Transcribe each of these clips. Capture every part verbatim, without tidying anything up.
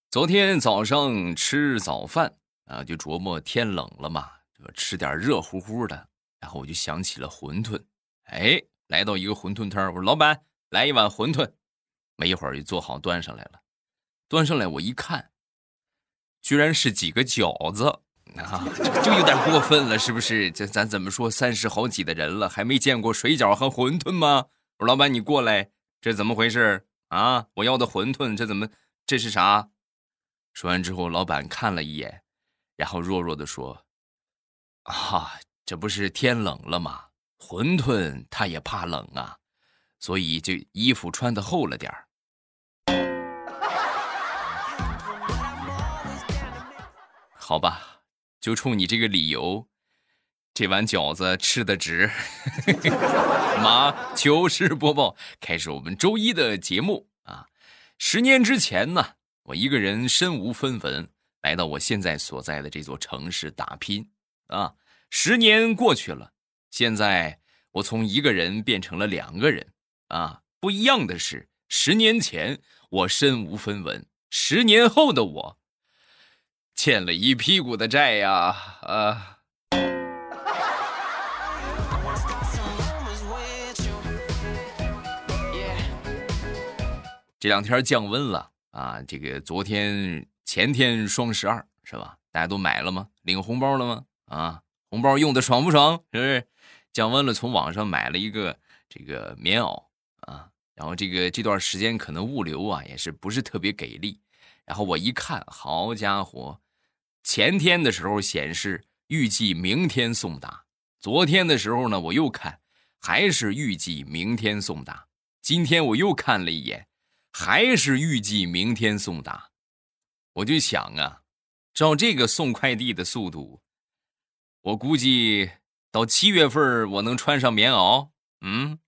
昨天早上吃早饭啊，就琢磨天冷了嘛，吃点热乎乎的，然后我就想起了馄饨。哎，来到一个馄饨摊，我说老板来一碗馄饨，没一会儿就做好端上来了。端上来我一看，居然是几个饺子啊，这就有点过分了，是不是？这咱怎么说三十好几的人了，还没见过水饺和馄饨吗？我说老板你过来，这怎么回事啊？我要的馄饨这怎么这是啥？说完之后，老板看了一眼，然后弱弱地说：啊，这不是天冷了吗？馄饨它也怕冷啊，所以就衣服穿得厚了点儿。好吧，就冲你这个理由，这碗饺子吃得值。马糗事播报，开始我们周一的节目啊。十年之前呢，我一个人身无分文，来到我现在所在的这座城市打拼啊。十年过去了，现在我从一个人变成了两个人啊。不一样的是，十年前我身无分文，十年后的我欠了一屁股的债呀啊。这两天降温了啊，这个昨天前天双十二是吧？大家都买了吗？领红包了吗？啊，红包用的爽不爽？是不是？降温了，从网上买了一个这个棉袄啊，然后这个这段时间可能物流啊也是不是特别给力，然后我一看，好家伙，前天的时候显示预计明天送达，昨天的时候呢我又看还是预计明天送达，今天我又看了一眼。还是预计明天送达，我就想啊，照这个送快递的速度，我估计到七月份我能穿上棉袄。嗯，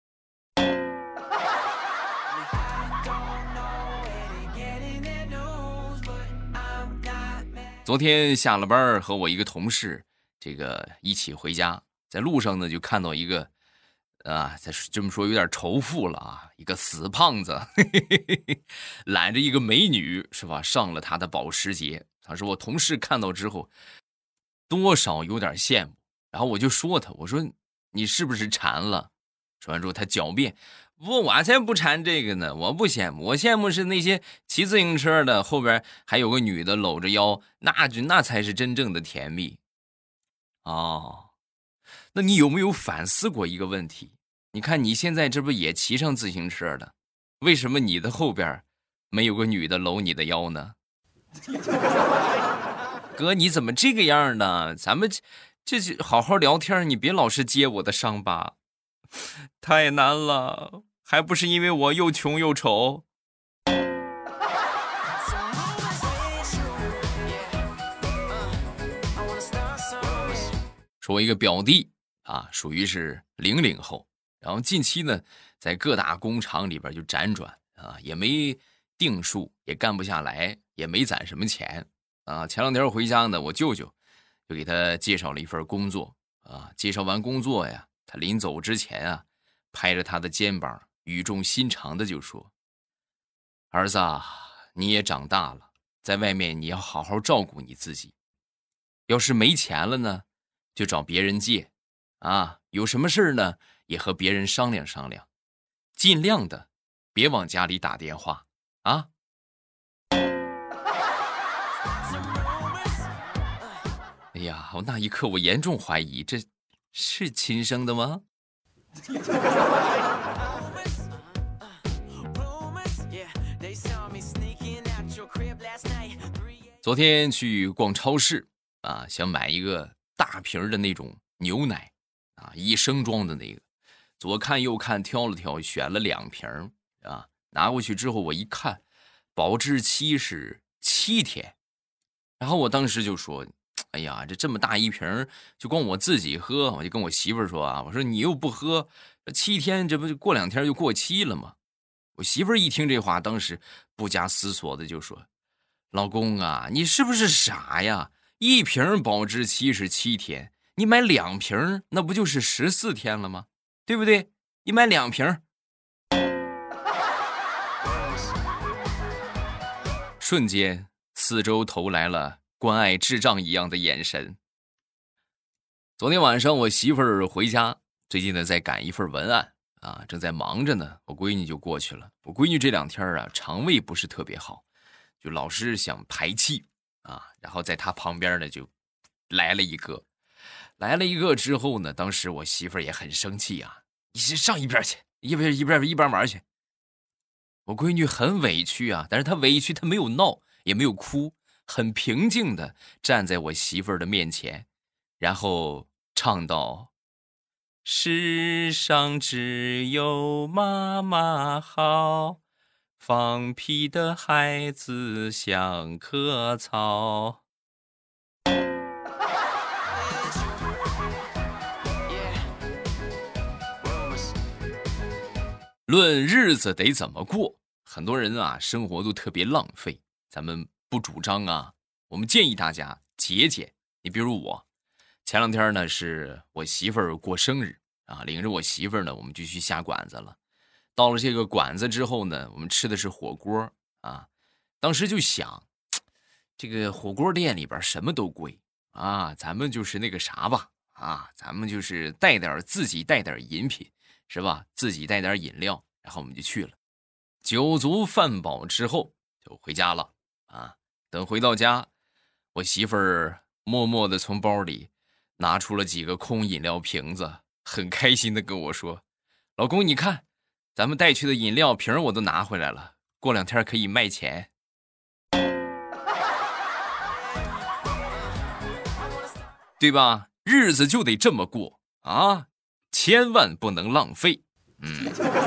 昨天下了班和我一个同事这个一起回家，在路上呢就看到一个啊，再这么说有点仇富了啊！一个死胖子，嘿嘿嘿嘿，揽着一个美女是吧？上了他的保时捷。他说我同事看到之后，多少有点羡慕。然后我就说他，我说你是不是馋了？说完之后他狡辩，不，我才不馋这个呢，我不羡慕，我羡慕是那些骑自行车的，后边还有个女的搂着腰，那就那才是真正的甜蜜。哦。那你有没有反思过一个问题？你看你现在这不也骑上自行车了，为什么你的后边没有个女的搂你的腰呢？哥，你怎么这个样呢？咱们这这好好聊天，你别老是揭我的伤疤，太难了，还不是因为我又穷又丑。说我一个表弟啊，属于是零零后，然后近期呢，在各大工厂里边就辗转啊，也没定数，也干不下来，也没攒什么钱啊。前两天回家呢，我舅舅就给他介绍了一份工作啊。介绍完工作呀，他临走之前啊，拍着他的肩膀，语重心长的就说：“儿子啊，你也长大了，在外面你要好好照顾你自己，要是没钱了呢，就找别人借。”啊，有什么事呢，也和别人商量商量，尽量的别往家里打电话啊。哎呀，那一刻我严重怀疑，这是亲生的吗？昨天去逛超市啊，想买一个大瓶的那种牛奶啊，一升装的那个，左看右看挑了挑，选了两瓶啊，拿过去之后我一看，保质期是七天，然后我当时就说，哎呀，这这么大一瓶，就光我自己喝，我就跟我媳妇儿说啊，我说你又不喝，七天这不就过两天就过期了吗？我媳妇儿一听这话，当时不加思索的就说，老公啊，你是不是傻呀？一瓶保质期是七天，你买两瓶，那不就是十四天了吗？对不对？你买两瓶。 瞬间四周投来了关爱智障一样的眼神。昨天晚上我媳妇儿回家，最近呢在赶一份文案啊，正在忙着呢，我闺女就过去了。我闺女这两天啊肠胃不是特别好，就老是想排气啊，然后在她旁边呢就来了一个，来了一个之后呢，当时我媳妇儿也很生气啊，你是上一边去，一边一边一边玩去。我闺女很委屈啊，但是她委屈，她没有闹，也没有哭，很平静的站在我媳妇儿的面前，然后唱道：世上只有妈妈好，放屁的孩子像棵草。论日子得怎么过，很多人啊生活都特别浪费，咱们不主张啊，我们建议大家节俭。你比如我前两天呢是我媳妇儿过生日啊，领着我媳妇儿呢我们就去下馆子了。到了这个馆子之后呢，我们吃的是火锅啊，当时就想这个火锅店里边什么都贵啊，咱们就是那个啥吧啊，咱们就是带点自己带点饮品是吧，自己带点饮料，然后我们就去了。酒足饭饱之后就回家了啊。等回到家，我媳妇儿默默地从包里拿出了几个空饮料瓶子，很开心地跟我说：老公你看，咱们带去的饮料瓶我都拿回来了，过两天可以卖钱。对吧？日子就得这么过啊，千万不能浪费。嗯。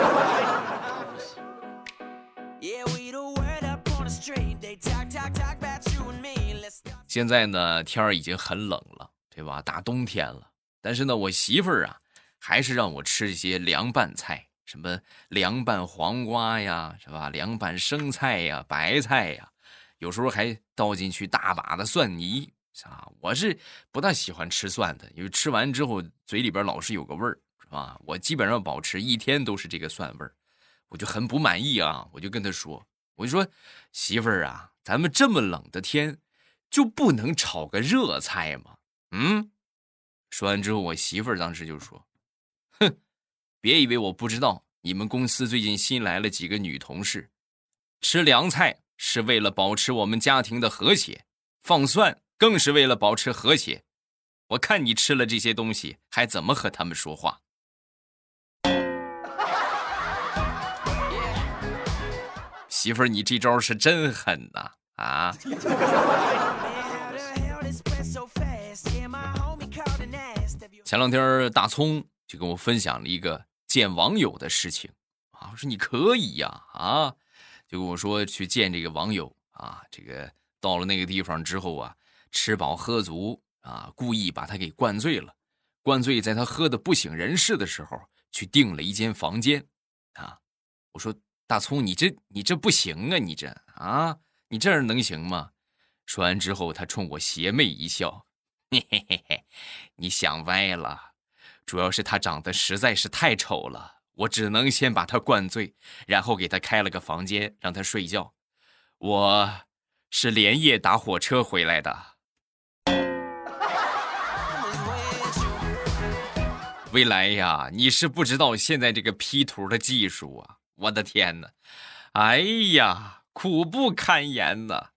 现在呢，天儿已经很冷了，对吧？大冬天了，但是呢，我媳妇儿啊，还是让我吃一些凉拌菜，什么凉拌黄瓜呀，是吧？凉拌生菜呀、白菜呀，有时候还倒进去大把的蒜泥啊。我是不大喜欢吃蒜的，因为吃完之后嘴里边老是有个味儿，是吧？我基本上保持一天都是这个蒜味儿，我就很不满意啊。我就跟她说，我就说媳妇儿啊，咱们这么冷的天，就不能炒个热菜吗？嗯，说完之后，我媳妇儿当时就说：哼，别以为我不知道，你们公司最近新来了几个女同事，吃凉菜是为了保持我们家庭的和谐，放蒜更是为了保持和谐。我看你吃了这些东西，还怎么和他们说话？媳妇儿，你这招是真狠呐！啊！前两天大葱就跟我分享了一个见网友的事情啊，我说你可以呀 啊, 啊，就跟我说去见这个网友啊，这个到了那个地方之后啊，吃饱喝足啊，故意把他给灌醉了，灌醉在他喝的不省人事的时候，去订了一间房间啊。我说大葱，你这你这不行啊，你这啊，你这样能行吗？说完之后，他冲我邪魅一笑，嘿嘿嘿嘿，你想歪了，主要是他长得实在是太丑了，我只能先把他灌醉，然后给他开了个房间让他睡觉。我是连夜打火车回来的。未来呀，你是不知道现在这个 P 图的技术啊，我的天哪，哎呀，苦不堪言呐。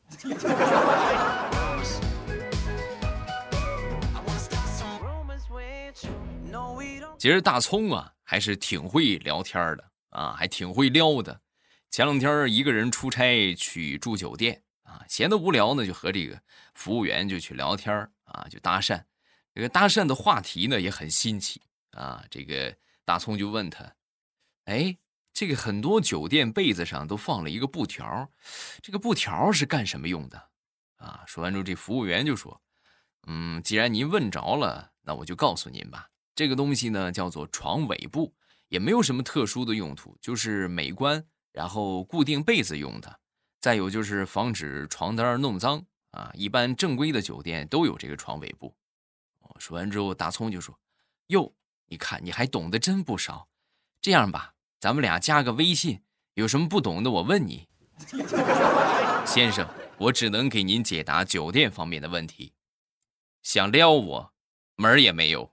其实大葱啊还是挺会聊天的啊，还挺会撩的。前两天一个人出差去住酒店啊，闲得无聊呢，就和这个服务员就去聊天啊，就搭讪。这个搭讪的话题呢也很新奇啊，这个大葱就问他，哎，这个很多酒店被子上都放了一个布条，这个布条是干什么用的啊？说完之后，这服务员就说，嗯，既然您问着了，那我就告诉您吧，这个东西呢叫做床尾布，也没有什么特殊的用途，就是美观，然后固定被子用的，再有就是防止床单弄脏啊，一般正规的酒店都有这个床尾布。说完之后，大葱就说，哟，你看你还懂得真不少，这样吧，咱们俩加个微信，有什么不懂的我问你。 先生，我只能给您解答酒店方面的问题。想撩我，门儿也没有。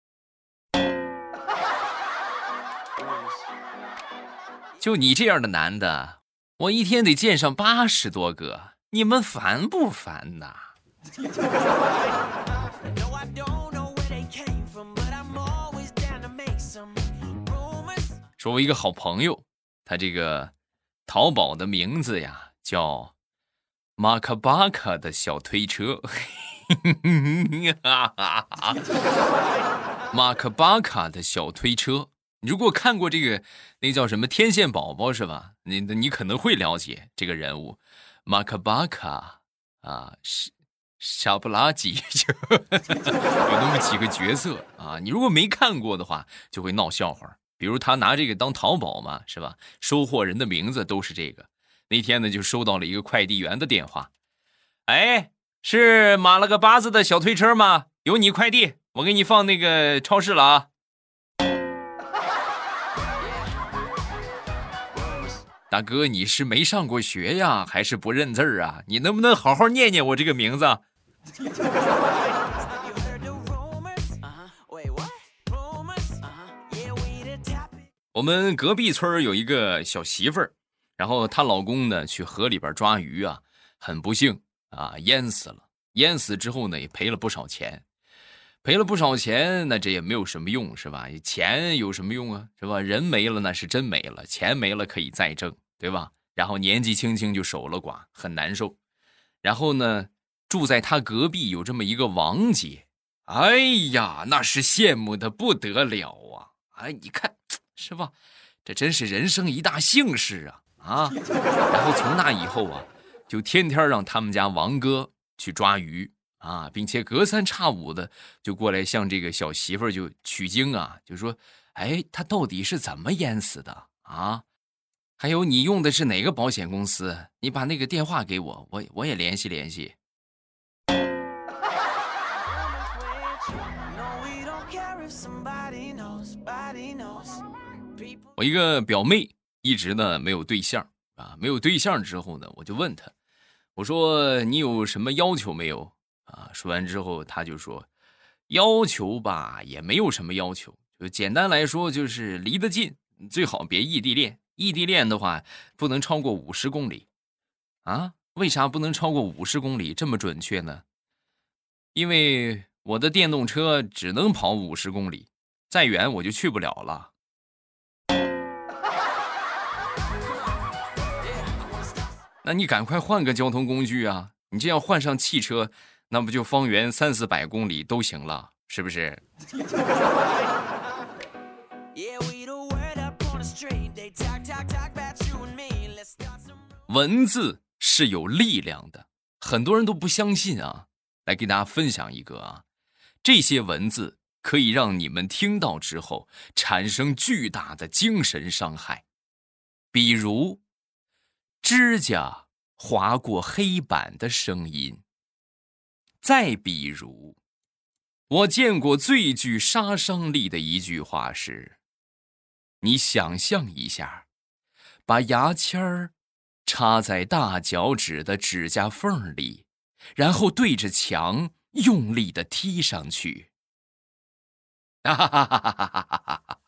就你这样的男的，我一天得见上八十多个，你们烦不烦呐？说我一个好朋友，他这个淘宝的名字呀叫马卡巴卡的小推车。马卡巴卡的小推车，你如果看过这个那叫什么天线宝宝是吧？你你可能会了解这个人物马卡巴卡啊，是傻不拉几，有那么几个角色啊。你如果没看过的话，就会闹笑话。比如他拿这个当淘宝嘛，是吧？收货人的名字都是这个。那天呢，就收到了一个快递员的电话，哎，是马了个八字的小推车吗？有你快递，我给你放那个超市了啊。大哥，你是没上过学呀，还是不认字儿啊？你能不能好好念念我这个名字？我们隔壁村有一个小媳妇儿，然后她老公呢去河里边抓鱼啊，很不幸啊，淹死了。淹死之后呢，也赔了不少钱，赔了不少钱，那这也没有什么用，是吧？钱有什么用啊，是吧？人没了那是真没了，钱没了可以再挣，对吧？然后年纪轻轻就守了寡，很难受。然后呢，住在他隔壁有这么一个王姐，哎呀，那是羡慕的不得了啊！哎，你看。是吧？这真是人生一大幸事啊啊！然后从那以后啊，就天天让他们家王哥去抓鱼啊，并且隔三差五的就过来向这个小媳妇儿就取经啊，就说：“哎，他到底是怎么淹死的啊？还有你用的是哪个保险公司？你把那个电话给我，我我也联系联系。”我一个表妹一直呢没有对象啊，没有对象之后呢，我就问她，我说你有什么要求没有啊？说完之后，她就说，要求吧也没有什么要求，就简单来说就是离得近，最好别异地恋，异地恋的话不能超过五十公里啊。为啥不能超过五十公里这么准确呢？因为我的电动车只能跑五十公里，再远我就去不了了。那你赶快换个交通工具啊！你这样换上汽车，那不就方圆三四百公里都行了，是不是？文字是有力量的，很多人都不相信啊。来给大家分享一个啊，这些文字可以让你们听到之后产生巨大的精神伤害，比如指甲划过黑板的声音，再比如我见过最具杀伤力的一句话是，你想象一下，把牙签儿插在大脚趾的指甲缝里，然后对着墙用力地踢上去。哈哈哈哈哈哈哈哈！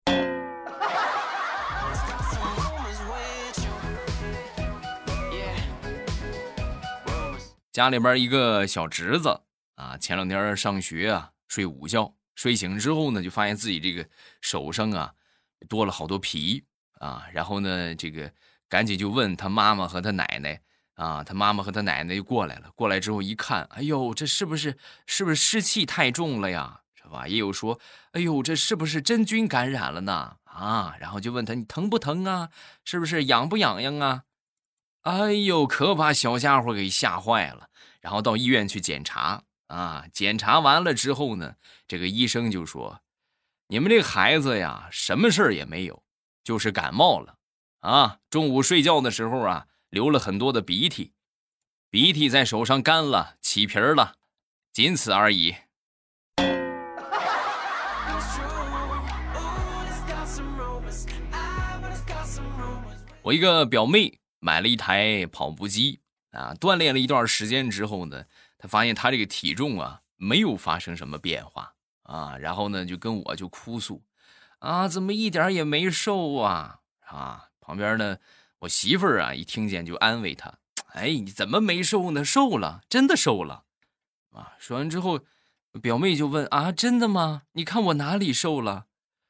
家里边一个小侄子啊，前两天上学啊，睡午觉，睡醒之后呢，就发现自己这个手上啊多了好多皮啊，然后呢，这个赶紧就问他妈妈和他奶奶啊，他妈妈和他奶奶就过来了，过来之后一看，哎呦，这是不是是不是湿气太重了呀？是吧？也有说，哎呦，这是不是真菌感染了呢？啊，然后就问他你疼不疼啊？是不是痒不痒痒啊？哎呦，可把小家伙给吓坏了。然后到医院去检查啊，检查完了之后呢，这个医生就说，你们这个孩子呀，什么事儿也没有，就是感冒了啊。中午睡觉的时候啊，流了很多的鼻涕，鼻涕在手上干了，起皮儿了，仅此而已。我一个表妹买了一台跑步机啊，锻炼了一段时间之后呢，他发现他这个体重啊没有发生什么变化啊，然后呢就跟我就哭诉啊，怎么一点也没瘦啊啊！旁边呢我媳妇儿啊一听见就安慰他，哎，你怎么没瘦呢？瘦了，真的瘦了啊！说完之后，表妹就问啊，真的吗？你看我哪里瘦了？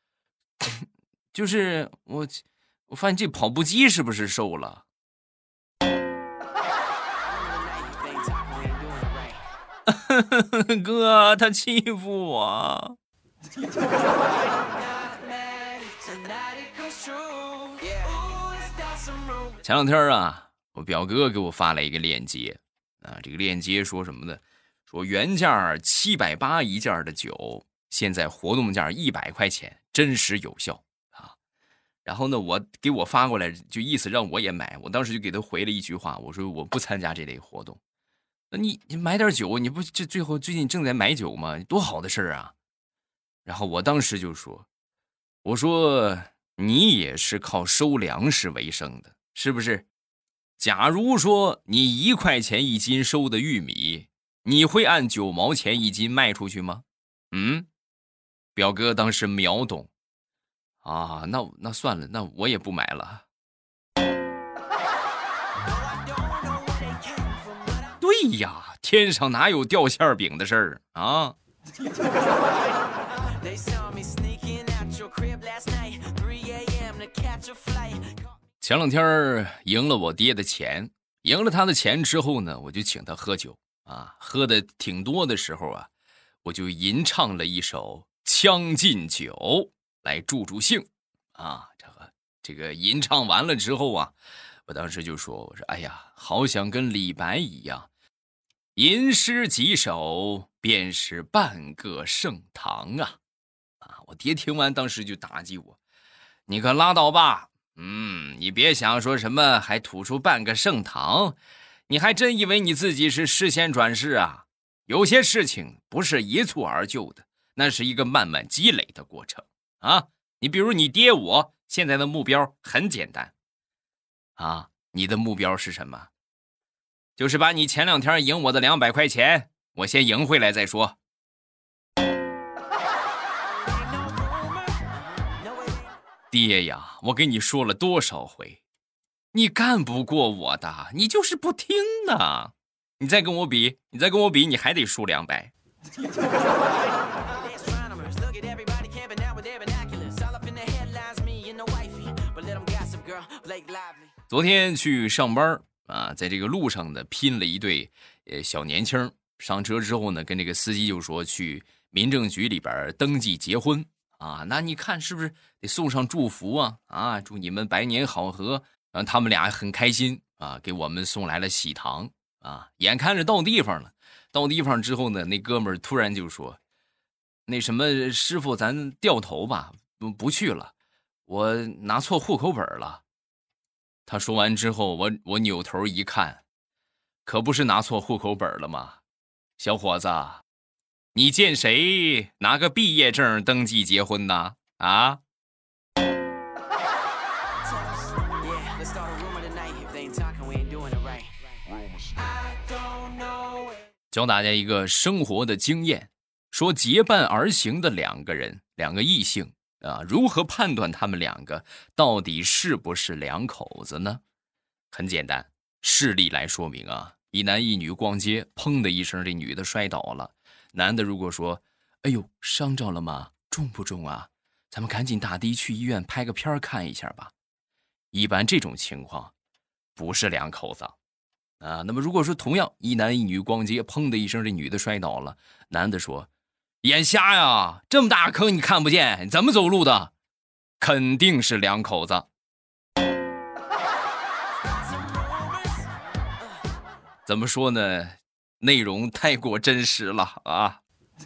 就是我，我发现这跑步机是不是瘦了？哥，他欺负我。前两天啊，我表哥给我发了一个链接啊，这个链接说什么呢？说原价七百八一件的酒，现在活动价一百块钱，真实有效啊。然后呢，我给我发过来，就意思让我也买。我当时就给他回了一句话，我说我不参加这类活动。那你你买点酒，你不这最后最近正在买酒吗？多好的事儿啊！然后我当时就说，我说你也是靠收粮食为生的，是不是？假如说你一块钱一斤收的玉米，你会按九毛钱一斤卖出去吗？嗯，表哥当时秒懂啊，那那算了，那我也不买了。对呀，天上哪有掉馅饼的事儿啊？前两天赢了我爹的钱，赢了他的钱之后呢，我就请他喝酒啊，喝的挺多的时候啊，我就吟唱了一首《将进酒》来助助兴啊。这个这个吟唱完了之后啊，我当时就说，我说哎呀，好想跟李白一样，吟诗几首便是半个盛唐啊！啊！我爹听完当时就打击我，你可拉倒吧！嗯，你别想说什么还吐出半个盛唐，你还真以为你自己是诗仙转世啊？有些事情不是一蹴而就的，那是一个慢慢积累的过程啊！你比如你爹我现在的目标很简单啊，你的目标是什么？就是把你前两天赢我的两百块钱，我先赢回来再说。爹呀，我跟你说了多少回，你干不过我的，你就是不听呢。你再跟我比，你再跟我比，你还得输两百。昨天去上班啊，在这个路上呢，拼了一对呃小年轻，上车之后呢，跟这个司机就说去民政局里边登记结婚啊。那你看是不是得送上祝福啊？啊，祝你们百年好合。然后他们俩很开心啊，给我们送来了喜糖啊。眼看着到地方了，到地方之后呢，那哥们儿突然就说：“那什么师傅，咱掉头吧，不不去了，我拿错户口本了。”他说完之后，我我扭头一看，可不是拿错户口本了吗？小伙子，你见谁拿个毕业证登记结婚呢？啊？教大家一个生活的经验，说结伴而行的两个人，两个异性啊，如何判断他们两个到底是不是两口子呢？很简单，事例来说明啊。一男一女逛街，砰的一声，这女的摔倒了。男的如果说：“哎呦，伤着了吗？重不重啊？咱们赶紧打的去医院拍个片看一下吧。”一般这种情况不是两口子啊。那么如果说同样一男一女逛街，砰的一声，这女的摔倒了，男的说：“眼瞎呀，这么大坑你看不见，你怎么走路的？”肯定是两口子。怎么说呢？内容太过真实了啊！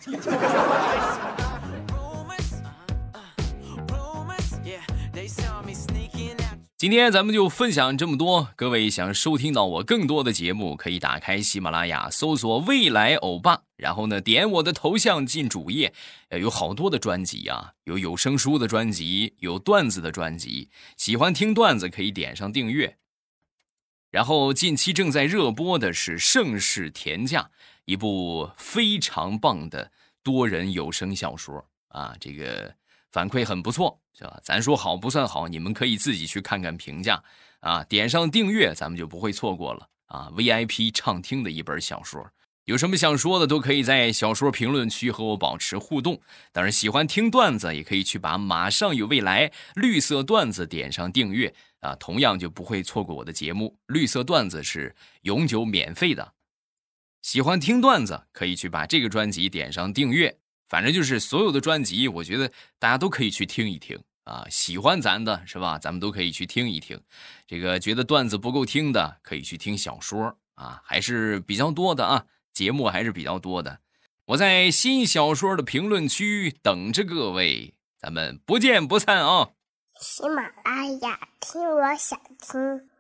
今天咱们就分享这么多，各位想收听到我更多的节目，可以打开喜马拉雅搜索未来欧巴，然后呢点我的头像进主页，有好多的专辑啊，有有声书的专辑，有段子的专辑，喜欢听段子可以点上订阅。 然后近期正在热播的是《盛世田价》，一部非常棒的多人有声小说啊，这个反馈很不错，是吧？咱说好不算好，你们可以自己去看看评价啊，点上订阅，咱们就不会错过了啊 ！V I P 畅听的一本小说，有什么想说的都可以在小说评论区和我保持互动。当然，喜欢听段子也可以去把马上有未来绿色段子点上订阅啊，同样就不会错过我的节目。绿色段子是永久免费的。喜欢听段子可以去把这个专辑点上订阅，反正就是所有的专辑我觉得大家都可以去听一听啊，喜欢咱的是吧，咱们都可以去听一听。这个觉得段子不够听的可以去听小说啊，还是比较多的啊，节目还是比较多的。我在新小说的评论区等着各位，咱们不见不散啊。 喜马拉雅听我想听。